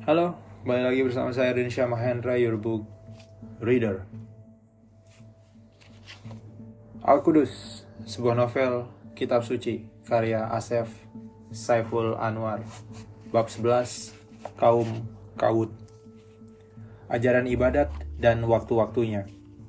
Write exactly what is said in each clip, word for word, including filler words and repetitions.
Halo, kembali lagi bersama saya Rinsya Mahendra, your book reader. Al-Qudus, sebuah novel kitab suci karya Asef Saiful Anwar. Bab sebelas, Kaum Kawut. Ajaran ibadat dan waktu-waktunya.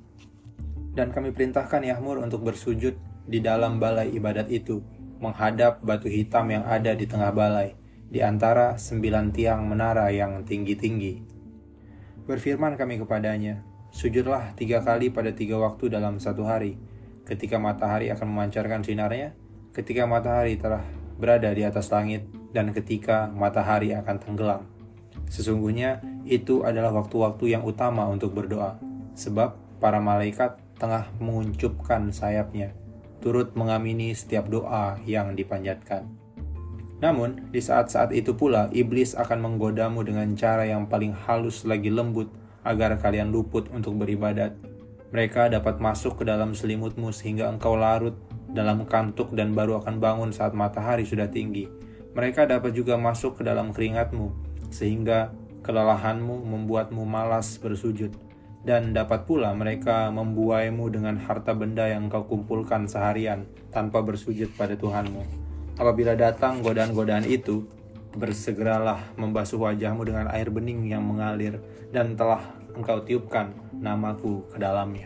Dan kami perintahkan Yahmur untuk bersujud di dalam balai ibadat itu, menghadap batu hitam yang ada di tengah balai, di antara sembilan tiang menara yang tinggi-tinggi. Berfirman kami kepadanya, sujudlah tiga kali pada tiga waktu dalam satu hari, ketika matahari akan memancarkan sinarnya, ketika matahari telah berada di atas langit, dan ketika matahari akan tenggelam. Sesungguhnya itu adalah waktu-waktu yang utama untuk berdoa, sebab para malaikat tengah menguncupkan sayapnya, turut mengamini setiap doa yang dipanjatkan. Namun, di saat-saat itu pula, iblis akan menggodamu dengan cara yang paling halus lagi lembut, agar kalian luput untuk beribadat. Mereka dapat masuk ke dalam selimutmu sehingga engkau larut dalam kantuk dan baru akan bangun saat matahari sudah tinggi. Mereka dapat juga masuk ke dalam keringatmu, sehingga kelelahanmu membuatmu malas bersujud. Dan dapat pula mereka membuaimu dengan harta benda yang engkau kumpulkan seharian, tanpa bersujud pada Tuhanmu. Apabila datang godaan-godaan itu, bersegeralah membasuh wajahmu dengan air bening yang mengalir, dan telah engkau tiupkan namaku ke dalamnya.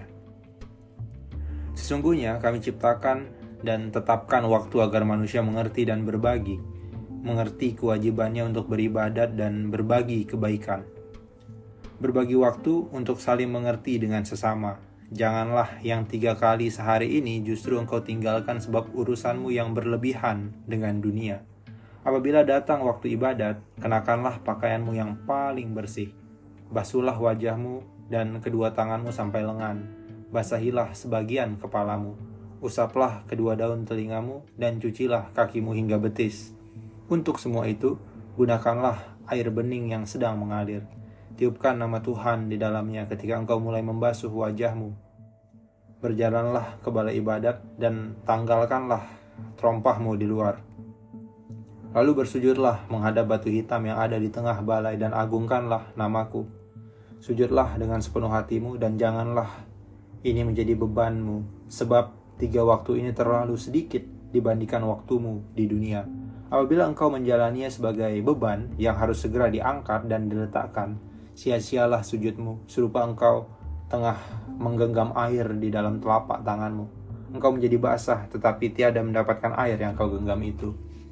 Sesungguhnya kami ciptakan dan tetapkan waktu agar manusia mengerti dan berbagi, mengerti kewajibannya untuk beribadat dan berbagi kebaikan. Berbagi waktu untuk saling mengerti dengan sesama. Janganlah yang tiga kali sehari ini justru engkau tinggalkan sebab urusanmu yang berlebihan dengan dunia. Apabila datang waktu ibadat, kenakanlah pakaianmu yang paling bersih. Basuhlah wajahmu dan kedua tanganmu sampai lengan. Basahilah sebagian kepalamu. Usaplah kedua daun telingamu dan cucilah kakimu hingga betis. Untuk semua itu, gunakanlah air bening yang sedang mengalir. Tiupkan nama Tuhan di dalamnya ketika engkau mulai membasuh wajahmu. Berjalanlah ke balai ibadat dan tanggalkanlah terompahmu di luar. Lalu bersujudlah menghadap batu hitam yang ada di tengah balai dan agungkanlah namaku. Sujudlah dengan sepenuh hatimu dan janganlah ini menjadi bebanmu, sebab tiga waktu ini terlalu sedikit dibandingkan waktumu di dunia. Apabila engkau menjalaninya sebagai beban yang harus segera diangkat dan diletakkan, sia-sialah sujudmu, serupa engkau tengah menggenggam air di dalam telapak tanganmu. Engkau menjadi basah, tetapi tiada mendapatkan air yang kau genggam itu.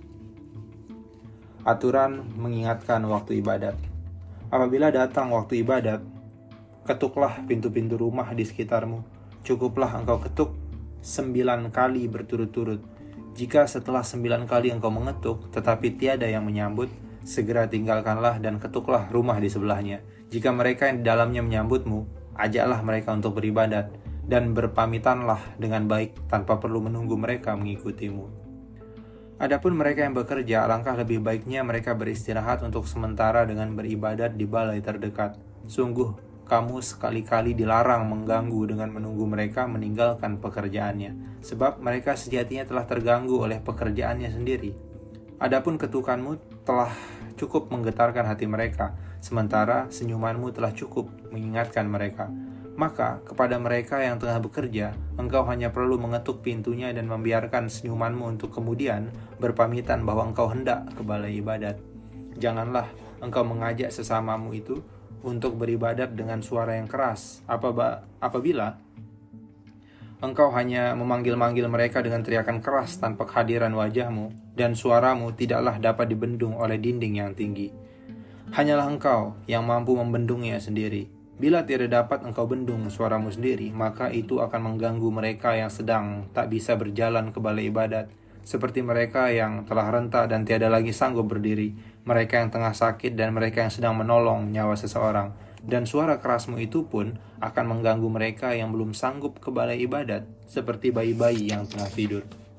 Aturan mengingatkan waktu ibadat. Apabila datang waktu ibadat, ketuklah pintu-pintu rumah di sekitarmu. Cukuplah engkau ketuk sembilan kali berturut-turut. Jika setelah sembilan kali engkau mengetuk, tetapi tiada yang menyambut, segera tinggalkanlah dan ketuklah rumah di sebelahnya. Jika mereka yang di dalamnya menyambutmu, ajaklah mereka untuk beribadat, dan berpamitanlah dengan baik tanpa perlu menunggu mereka mengikutimu. Adapun mereka yang bekerja, alangkah lebih baiknya mereka beristirahat untuk sementara dengan beribadat di balai terdekat. Sungguh, kamu sekali-kali dilarang mengganggu dengan menunggu mereka meninggalkan pekerjaannya, sebab mereka sejatinya telah terganggu oleh pekerjaannya sendiri. Adapun ketukanmu telah cukup menggetarkan hati mereka, sementara senyumanmu telah cukup mengingatkan mereka. Maka kepada mereka yang tengah bekerja, engkau hanya perlu mengetuk pintunya dan membiarkan senyumanmu untuk kemudian berpamitan bahwa engkau hendak ke balai ibadat. Janganlah engkau mengajak sesamamu itu untuk beribadat dengan suara yang keras, apabila engkau hanya memanggil-manggil mereka dengan teriakan keras tanpa kehadiran wajahmu, dan suaramu tidaklah dapat dibendung oleh dinding yang tinggi. Hanyalah engkau yang mampu membendungnya sendiri. Bila tidak dapat engkau bendung suaramu sendiri, maka itu akan mengganggu mereka yang sedang tak bisa berjalan ke balai ibadat, seperti mereka yang telah renta dan tiada lagi sanggup berdiri, mereka yang tengah sakit dan mereka yang sedang menolong nyawa seseorang. Dan suara kerasmu itu pun akan mengganggu mereka yang belum sanggup ke balai ibadat, seperti bayi-bayi yang tengah tidur.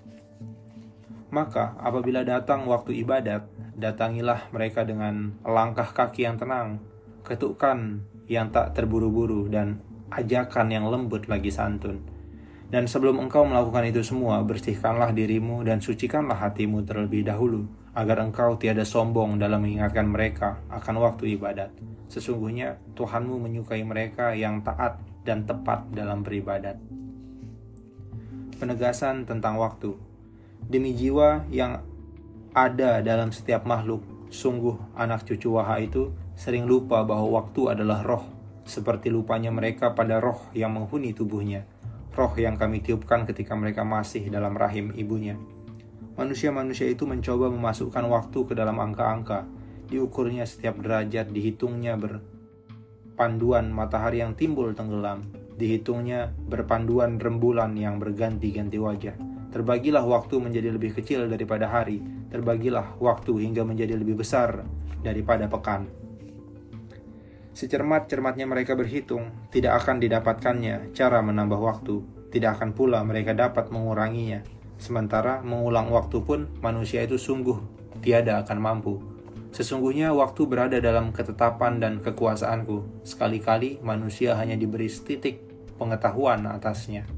Maka apabila datang waktu ibadat, datangilah mereka dengan langkah kaki yang tenang, ketukan yang tak terburu-buru, dan ajakan yang lembut lagi santun. Dan sebelum engkau melakukan itu semua, bersihkanlah dirimu dan sucikanlah hatimu terlebih dahulu, agar engkau tiada sombong dalam mengingatkan mereka akan waktu ibadat. Sesungguhnya Tuhanmu menyukai mereka yang taat dan tepat dalam beribadat. Penegasan tentang waktu. Demi jiwa yang ada dalam setiap makhluk, sungguh anak cucu Waha itu sering lupa bahwa waktu adalah roh, seperti lupanya mereka pada roh yang menghuni tubuhnya, roh yang kami tiupkan ketika mereka masih dalam rahim ibunya. Manusia-manusia itu mencoba memasukkan waktu ke dalam angka-angka, diukurnya setiap derajat, dihitungnya berpanduan matahari yang timbul tenggelam, dihitungnya berpanduan rembulan yang berganti-ganti wajah. Terbagilah waktu menjadi lebih kecil daripada hari, terbagilah waktu hingga menjadi lebih besar daripada pekan. Secermat-cermatnya mereka berhitung, tidak akan didapatkannya cara menambah waktu, tidak akan pula mereka dapat menguranginya. Sementara mengulang waktu pun manusia itu sungguh tiada akan mampu. Sesungguhnya waktu berada dalam ketetapan dan kekuasaanku. Sekali-kali manusia hanya diberi setitik pengetahuan atasnya.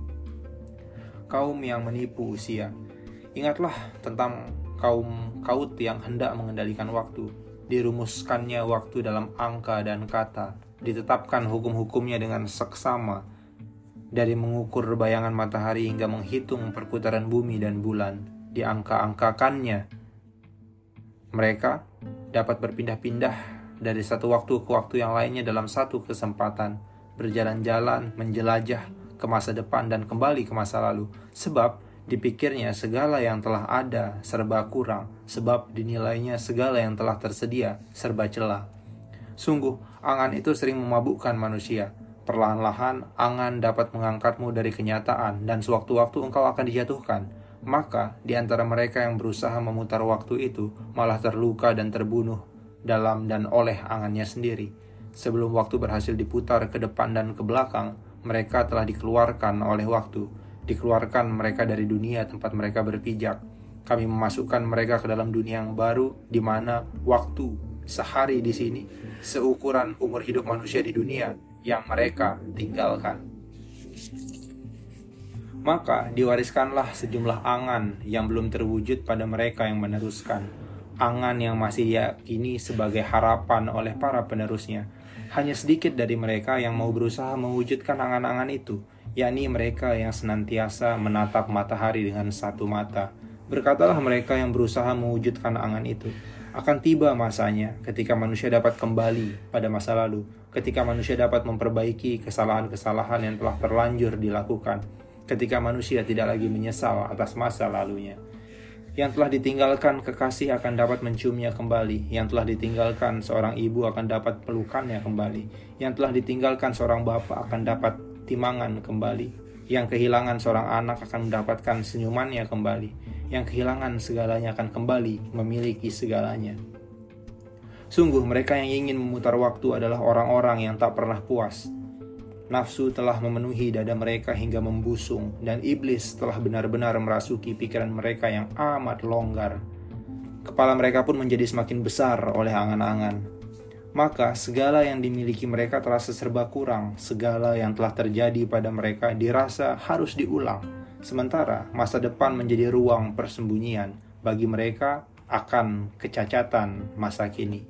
Kaum yang menipu usia. Ingatlah tentang kaum Kaut yang hendak mengendalikan waktu. Dirumuskannya waktu dalam angka dan kata. Ditetapkan hukum-hukumnya dengan seksama. Dari mengukur bayangan matahari hingga menghitung perputaran bumi dan bulan, diangka-angkakannya. Mereka dapat berpindah-pindah dari satu waktu ke waktu yang lainnya dalam satu kesempatan, berjalan-jalan, menjelajah ke masa depan dan kembali ke masa lalu. Sebab dipikirnya segala yang telah ada serba kurang, sebab dinilainya segala yang telah tersedia serba celah. Sungguh, angan itu sering memabukkan manusia. Perlahan-lahan, angan dapat mengangkatmu dari kenyataan dan sewaktu-waktu engkau akan dijatuhkan. Maka, di antara mereka yang berusaha memutar waktu itu, malah terluka dan terbunuh dalam dan oleh angannya sendiri. Sebelum waktu berhasil diputar ke depan dan ke belakang, mereka telah dikeluarkan oleh waktu. Dikeluarkan mereka dari dunia tempat mereka berpijak. Kami memasukkan mereka ke dalam dunia yang baru, di mana waktu sehari di sini seukuran umur hidup manusia di dunia yang mereka tinggalkan. Maka diwariskanlah sejumlah angan yang belum terwujud pada mereka yang meneruskan. Angan yang masih diyakini sebagai harapan oleh para penerusnya. Hanya sedikit dari mereka yang mau berusaha mewujudkan angan-angan itu, yakni mereka yang senantiasa menatap matahari dengan satu mata. Berkatalah mereka yang berusaha mewujudkan angan itu, akan tiba masanya ketika manusia dapat kembali pada masa lalu, ketika manusia dapat memperbaiki kesalahan-kesalahan yang telah terlanjur dilakukan, ketika manusia tidak lagi menyesal atas masa lalunya. Yang telah ditinggalkan kekasih akan dapat menciumnya kembali, yang telah ditinggalkan seorang ibu akan dapat pelukannya kembali, yang telah ditinggalkan seorang bapak akan dapat timangan kembali, yang kehilangan seorang anak akan mendapatkan senyumannya kembali, yang kehilangan segalanya akan kembali memiliki segalanya. Sungguh mereka yang ingin memutar waktu adalah orang-orang yang tak pernah puas. Nafsu telah memenuhi dada mereka hingga membusung, dan iblis telah benar-benar merasuki pikiran mereka yang amat longgar. Kepala mereka pun menjadi semakin besar oleh angan-angan. Maka segala yang dimiliki mereka terasa serba kurang, segala yang telah terjadi pada mereka dirasa harus diulang. Sementara masa depan menjadi ruang persembunyian bagi mereka akan kecacatan masa kini.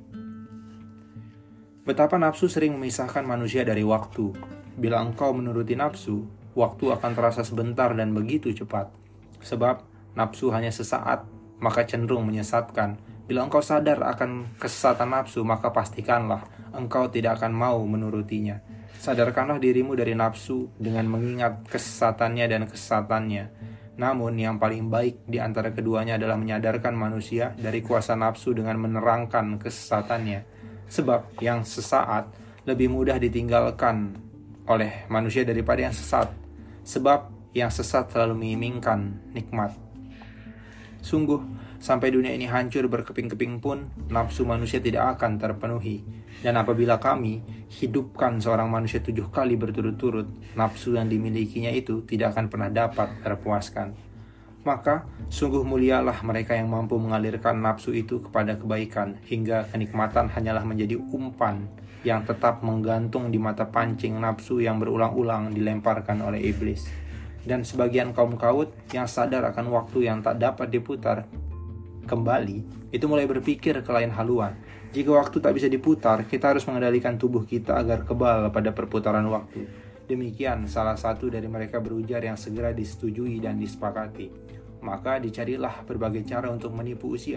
Betapa nafsu sering memisahkan manusia dari waktu. Bila engkau menuruti nafsu, waktu akan terasa sebentar dan begitu cepat. Sebab nafsu hanya sesaat, maka cenderung menyesatkan. Bila engkau sadar akan kesesatan nafsu, maka pastikanlah engkau tidak akan mau menurutinya. Sadarkanlah dirimu dari nafsu dengan mengingat kesesatannya dan kesesatannya. Namun yang paling baik di antara keduanya adalah menyadarkan manusia dari kuasa nafsu dengan menerangkan kesesatannya. Sebab yang sesaat lebih mudah ditinggalkan oleh manusia daripada yang sesat. Sebab yang sesat selalu menginginkan nikmat. Sungguh, sampai dunia ini hancur berkeping-keping pun, nafsu manusia tidak akan terpenuhi. Dan apabila kami hidupkan seorang manusia tujuh kali berturut-turut, nafsu yang dimilikinya itu tidak akan pernah dapat terpuaskan. Maka, sungguh mulialah mereka yang mampu mengalirkan nafsu itu kepada kebaikan, hingga kenikmatan hanyalah menjadi umpan yang tetap menggantung di mata pancing nafsu yang berulang-ulang dilemparkan oleh iblis. Dan sebagian kaum Kaut yang sadar akan waktu yang tak dapat diputar, kembali, itu mulai berpikir ke lain haluan. Jika waktu tak bisa diputar, kita harus mengendalikan tubuh kita agar kebal pada perputaran waktu. Demikian salah satu dari mereka berujar yang segera disetujui dan disepakati. Maka dicarilah berbagai cara untuk menipu usia.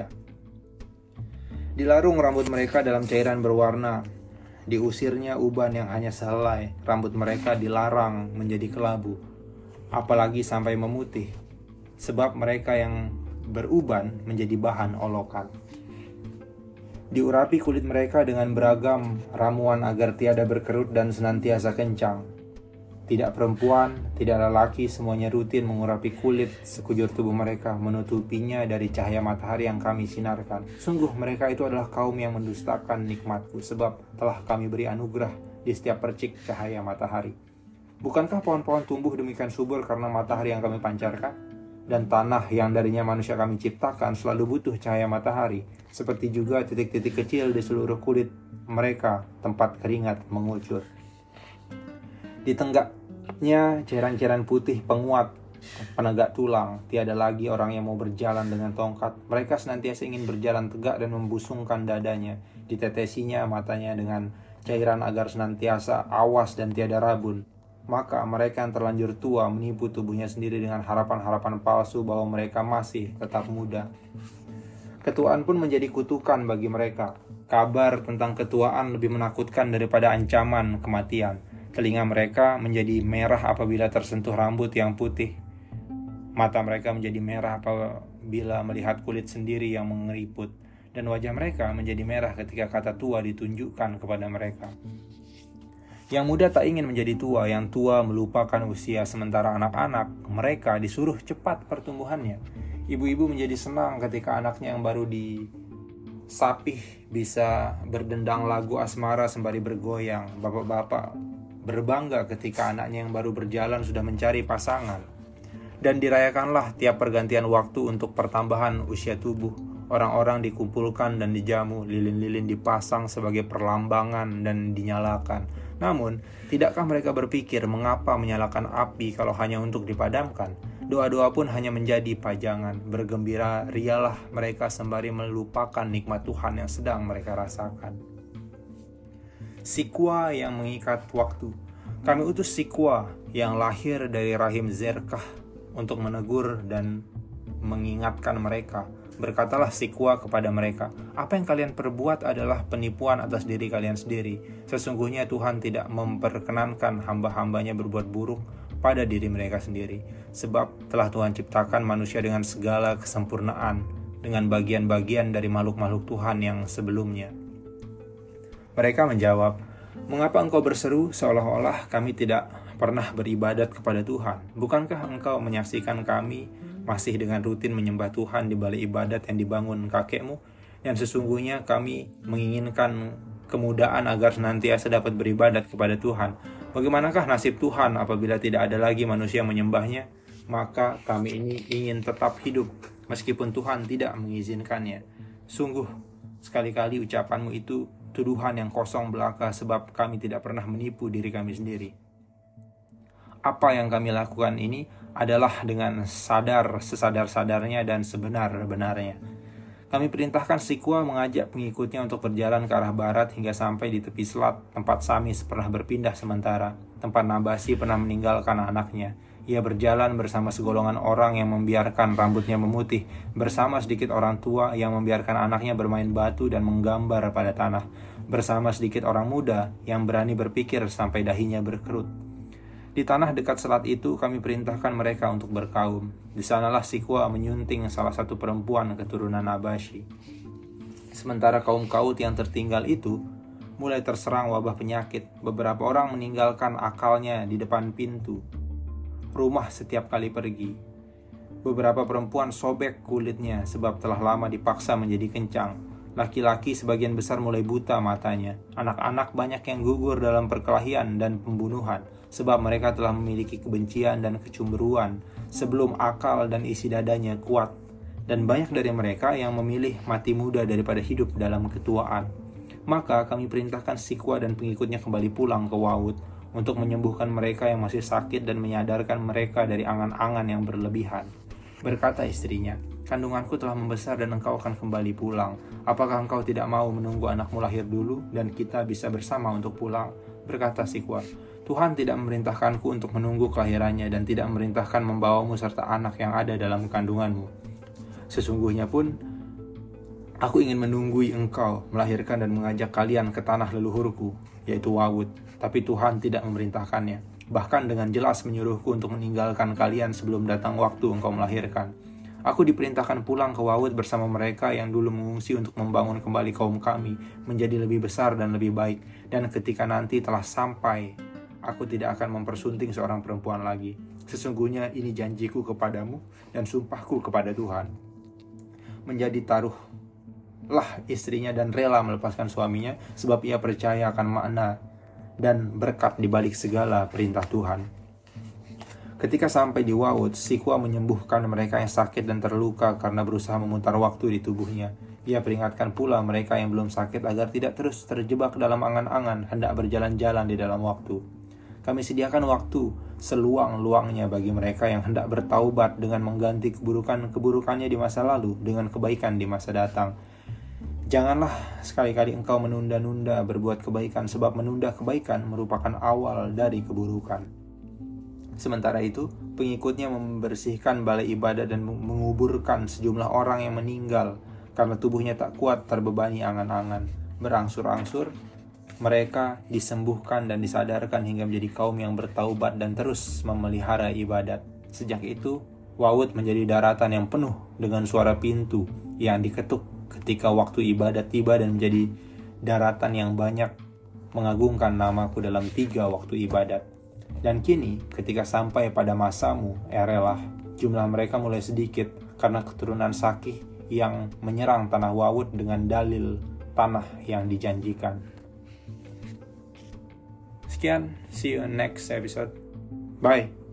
Dilarung rambut mereka dalam cairan berwarna. Diusirnya uban yang hanya sehelai. Rambut mereka dilarang menjadi kelabu, apalagi sampai memutih, sebab mereka yang beruban menjadi bahan olokan. Diurapi kulit mereka dengan beragam ramuan agar tiada berkerut dan senantiasa kencang. Tidak perempuan, tidak lelaki, semuanya rutin mengurapi kulit sekujur tubuh mereka, menutupinya dari cahaya matahari yang kami sinarkan. Sungguh mereka itu adalah kaum yang mendustakan nikmatku, sebab telah kami beri anugerah di setiap percik cahaya matahari. Bukankah pohon-pohon tumbuh demikian subur karena matahari yang kami pancarkan? Dan tanah yang darinya manusia kami ciptakan selalu butuh cahaya matahari, seperti juga titik-titik kecil di seluruh kulit mereka, tempat keringat mengucur. Di tenggaknya cairan-cairan putih penguat, penegak tulang. Tiada lagi orang yang mau berjalan dengan tongkat. Mereka senantiasa ingin berjalan tegak dan membusungkan dadanya. Ditetesinya matanya dengan cairan agar senantiasa awas dan tiada rabun. Maka mereka yang terlanjur tua menipu tubuhnya sendiri dengan harapan-harapan palsu bahwa mereka masih tetap muda. Ketuaan pun menjadi kutukan bagi mereka. Kabar tentang ketuaan lebih menakutkan daripada ancaman kematian. Telinga mereka menjadi merah apabila tersentuh rambut yang putih. Mata mereka menjadi merah apabila melihat kulit sendiri yang mengeriput. Dan wajah mereka menjadi merah ketika kata tua ditunjukkan kepada mereka. Yang muda tak ingin menjadi tua, yang tua melupakan usia, sementara anak-anak mereka disuruh cepat pertumbuhannya. Ibu-ibu menjadi senang ketika anaknya yang baru disapih bisa berdendang lagu asmara sembari bergoyang. Bapak-bapak berbangga ketika anaknya yang baru berjalan sudah mencari pasangan. Dan dirayakanlah tiap pergantian waktu untuk pertambahan usia tubuh. Orang-orang dikumpulkan dan dijamu, lilin-lilin dipasang sebagai perlambangan dan dinyalakan. Namun, tidakkah mereka berpikir mengapa menyalakan api kalau hanya untuk dipadamkan? Doa-doa pun hanya menjadi pajangan. Bergembira rialah mereka sembari melupakan nikmat Tuhan yang sedang mereka rasakan. Sikwa yang mengikat waktu. Kami utus Sikwa yang lahir dari rahim Zerkah untuk menegur dan mengingatkan mereka. Berkatalah Sikwa kepada mereka, apa yang kalian perbuat adalah penipuan atas diri kalian sendiri. Sesungguhnya Tuhan tidak memperkenankan hamba-hambanya berbuat buruk pada diri mereka sendiri. Sebab telah Tuhan ciptakan manusia dengan segala kesempurnaan, dengan bagian-bagian dari makhluk-makhluk Tuhan yang sebelumnya. Mereka menjawab, mengapa engkau berseru seolah-olah kami tidak pernah beribadat kepada Tuhan? Bukankah engkau menyaksikan kami masih dengan rutin menyembah Tuhan di balai ibadat yang dibangun kakekmu? Dan sesungguhnya kami menginginkan kemudahan agar senantiasa dapat beribadat kepada Tuhan. Bagaimanakah nasib Tuhan apabila tidak ada lagi manusia menyembahnya? Maka kami ini ingin tetap hidup meskipun Tuhan tidak mengizinkannya. Sungguh, sekali-kali ucapanmu itu tuduhan yang kosong belaka, sebab kami tidak pernah menipu diri kami sendiri. Apa yang kami lakukan ini adalah dengan sadar sesadar-sadarnya dan sebenar-benarnya. Kami perintahkan Sikwa mengajak pengikutnya untuk berjalan ke arah barat hingga sampai di tepi selat, tempat Samis pernah berpindah sementara, tempat Nabasi pernah meninggalkan anaknya. Ia berjalan bersama segolongan orang yang membiarkan rambutnya memutih, bersama sedikit orang tua yang membiarkan anaknya bermain batu dan menggambar pada tanah, bersama sedikit orang muda yang berani berpikir sampai dahinya berkerut. Di tanah dekat selat itu kami perintahkan mereka untuk berkaum. Di sanalah Sikwa menyunting salah satu perempuan keturunan Nabasi. Sementara kaum Kaut yang tertinggal itu mulai terserang wabah penyakit. Beberapa orang meninggalkan akalnya di depan pintu rumah setiap kali pergi. Beberapa perempuan sobek kulitnya sebab telah lama dipaksa menjadi kencang. Laki-laki sebagian besar mulai buta matanya. Anak-anak banyak yang gugur dalam perkelahian dan pembunuhan sebab mereka telah memiliki kebencian dan kecemburuan sebelum akal dan isi dadanya kuat. Dan banyak dari mereka yang memilih mati muda daripada hidup dalam ketuaan. Maka kami perintahkan Sikwa dan pengikutnya kembali pulang ke Wa'ud untuk menyembuhkan mereka yang masih sakit dan menyadarkan mereka dari angan-angan yang berlebihan. Berkata istrinya, Kandunganku telah membesar dan engkau akan kembali pulang. Apakah engkau tidak mau menunggu anakmu lahir dulu dan kita bisa bersama untuk pulang?" Berkata Sikwa, "Tuhan tidak memerintahkanku untuk menunggu kelahirannya dan tidak memerintahkan membawamu serta anak yang ada dalam kandunganmu. Sesungguhnya pun aku ingin menunggui engkau melahirkan dan mengajak kalian ke tanah leluhurku, yaitu Wawut. Tapi Tuhan tidak memerintahkannya. Bahkan dengan jelas menyuruhku untuk meninggalkan kalian sebelum datang waktu engkau melahirkan. Aku diperintahkan pulang ke Wawut bersama mereka yang dulu mengungsi untuk membangun kembali kaum kami menjadi lebih besar dan lebih baik. Dan ketika nanti telah sampai, aku tidak akan mempersunting seorang perempuan lagi. Sesungguhnya ini janjiku kepadamu dan sumpahku kepada Tuhan. Menjadi taruhlah istrinya dan rela melepaskan suaminya, sebab ia percaya akan makna dan berkat di balik segala perintah Tuhan." Ketika sampai di Wawut, Sikwa menyembuhkan mereka yang sakit dan terluka karena berusaha memutar waktu di tubuhnya. Ia peringatkan pula mereka yang belum sakit agar tidak terus terjebak dalam angan-angan hendak berjalan-jalan di dalam waktu. Kami sediakan waktu seluang-luangnya bagi mereka yang hendak bertaubat dengan mengganti keburukan-keburukannya di masa lalu dengan kebaikan di masa datang. Janganlah sekali-kali engkau menunda-nunda berbuat kebaikan, sebab menunda kebaikan merupakan awal dari keburukan. Sementara itu, pengikutnya membersihkan balai ibadah dan menguburkan sejumlah orang yang meninggal karena tubuhnya tak kuat terbebani angan-angan. Berangsur-angsur, mereka disembuhkan dan disadarkan hingga menjadi kaum yang bertaubat dan terus memelihara ibadat. Sejak itu, Wawut menjadi daratan yang penuh dengan suara pintu yang diketuk ketika waktu ibadat tiba dan menjadi daratan yang banyak mengagungkan namaku dalam tiga waktu ibadat. Dan kini, ketika sampai pada masamu, erelah, jumlah mereka mulai sedikit karena keturunan Sakih yang menyerang tanah Wawut dengan dalil tanah yang dijanjikan. Sekian, see you next episode. Bye.